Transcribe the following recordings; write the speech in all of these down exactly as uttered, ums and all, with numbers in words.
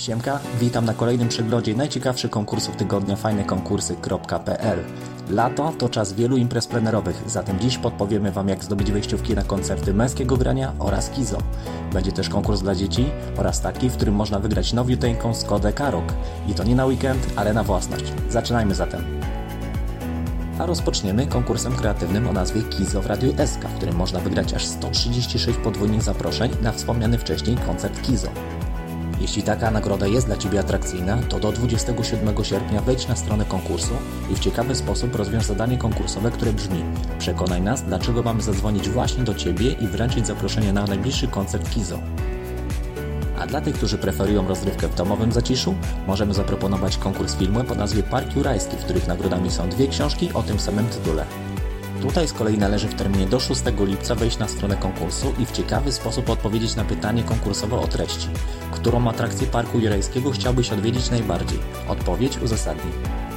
Siemka, witam na kolejnym przeglądzie najciekawszych konkursów tygodnia fajne konkursy kropka p l. Lato to czas wielu imprez plenerowych, zatem dziś podpowiemy Wam, jak zdobyć wejściówki na koncerty męskiego grania oraz Kizo. Będzie też konkurs dla dzieci oraz taki, w którym można wygrać nowiuteńką Skodę Karoq. I to nie na weekend, ale na własność. Zaczynajmy zatem. A rozpoczniemy konkursem kreatywnym o nazwie Kizo w Radiu S K, w którym można wygrać aż sto trzydzieści sześć podwójnych zaproszeń na wspomniany wcześniej koncert Kizo. Jeśli taka nagroda jest dla Ciebie atrakcyjna, to do dwudziestego siódmego sierpnia wejdź na stronę konkursu i w ciekawy sposób rozwiąż zadanie konkursowe, które brzmi: przekonaj nas, dlaczego mamy zadzwonić właśnie do Ciebie i wręczyć zaproszenie na najbliższy koncert Kizo. A dla tych, którzy preferują rozrywkę w domowym zaciszu, możemy zaproponować konkurs filmem o nazwie Park Jurajski, w których nagrodami są dwie książki o tym samym tytule. Tutaj z kolei należy w terminie do szóstego lipca wejść na stronę konkursu i w ciekawy sposób odpowiedzieć na pytanie konkursowe o treści. Którą atrakcję Parku Jurajskiego chciałbyś odwiedzić najbardziej? Odpowiedź uzasadnij.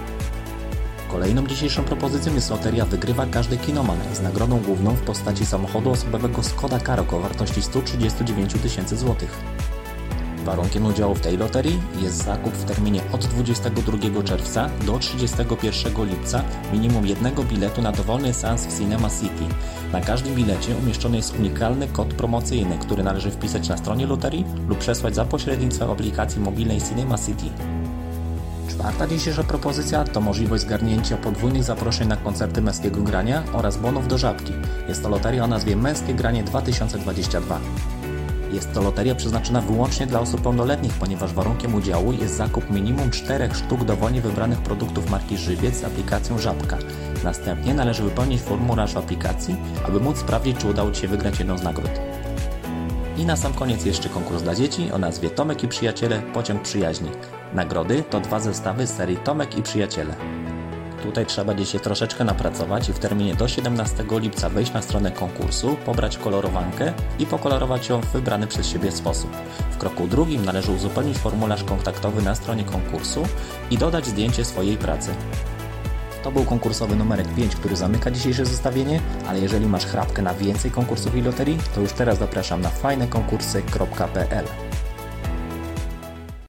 Kolejną dzisiejszą propozycją jest loteria Wygrywa Każdy Kinoman z nagrodą główną w postaci samochodu osobowego Skoda Karoq o wartości sto trzydzieści dziewięć tysięcy złotych. Warunkiem udziału w tej loterii jest zakup w terminie od dwudziestego drugiego czerwca do trzydziestego pierwszego lipca minimum jednego biletu na dowolny seans w Cinema City. Na każdym bilecie umieszczony jest unikalny kod promocyjny, który należy wpisać na stronie loterii lub przesłać za pośrednictwem aplikacji mobilnej Cinema City. Czwarta dzisiejsza propozycja to możliwość zgarnięcia podwójnych zaproszeń na koncerty męskiego grania oraz bonów do Żabki. Jest to loteria o nazwie Męskie Granie dwa tysiące dwadzieścia dwa. Jest to loteria przeznaczona wyłącznie dla osób pełnoletnich, ponieważ warunkiem udziału jest zakup minimum czterech sztuk dowolnie wybranych produktów marki Żywiec z aplikacją Żabka. Następnie należy wypełnić formularz w aplikacji, aby móc sprawdzić, czy udało Ci się wygrać jedną z nagród. I na sam koniec jeszcze konkurs dla dzieci o nazwie Tomek i Przyjaciele – Pociąg Przyjaźni. Nagrody to dwa zestawy z serii Tomek i Przyjaciele. Tutaj trzeba będzie się troszeczkę napracować i w terminie do siedemnastego lipca wejść na stronę konkursu, pobrać kolorowankę i pokolorować ją w wybrany przez siebie sposób. W kroku drugim należy uzupełnić formularz kontaktowy na stronie konkursu i dodać zdjęcie swojej pracy. To był konkursowy numerek pięć, który zamyka dzisiejsze zestawienie, ale jeżeli masz chrapkę na więcej konkursów i loterii, to już teraz zapraszam na fajne konkursy kropka p l.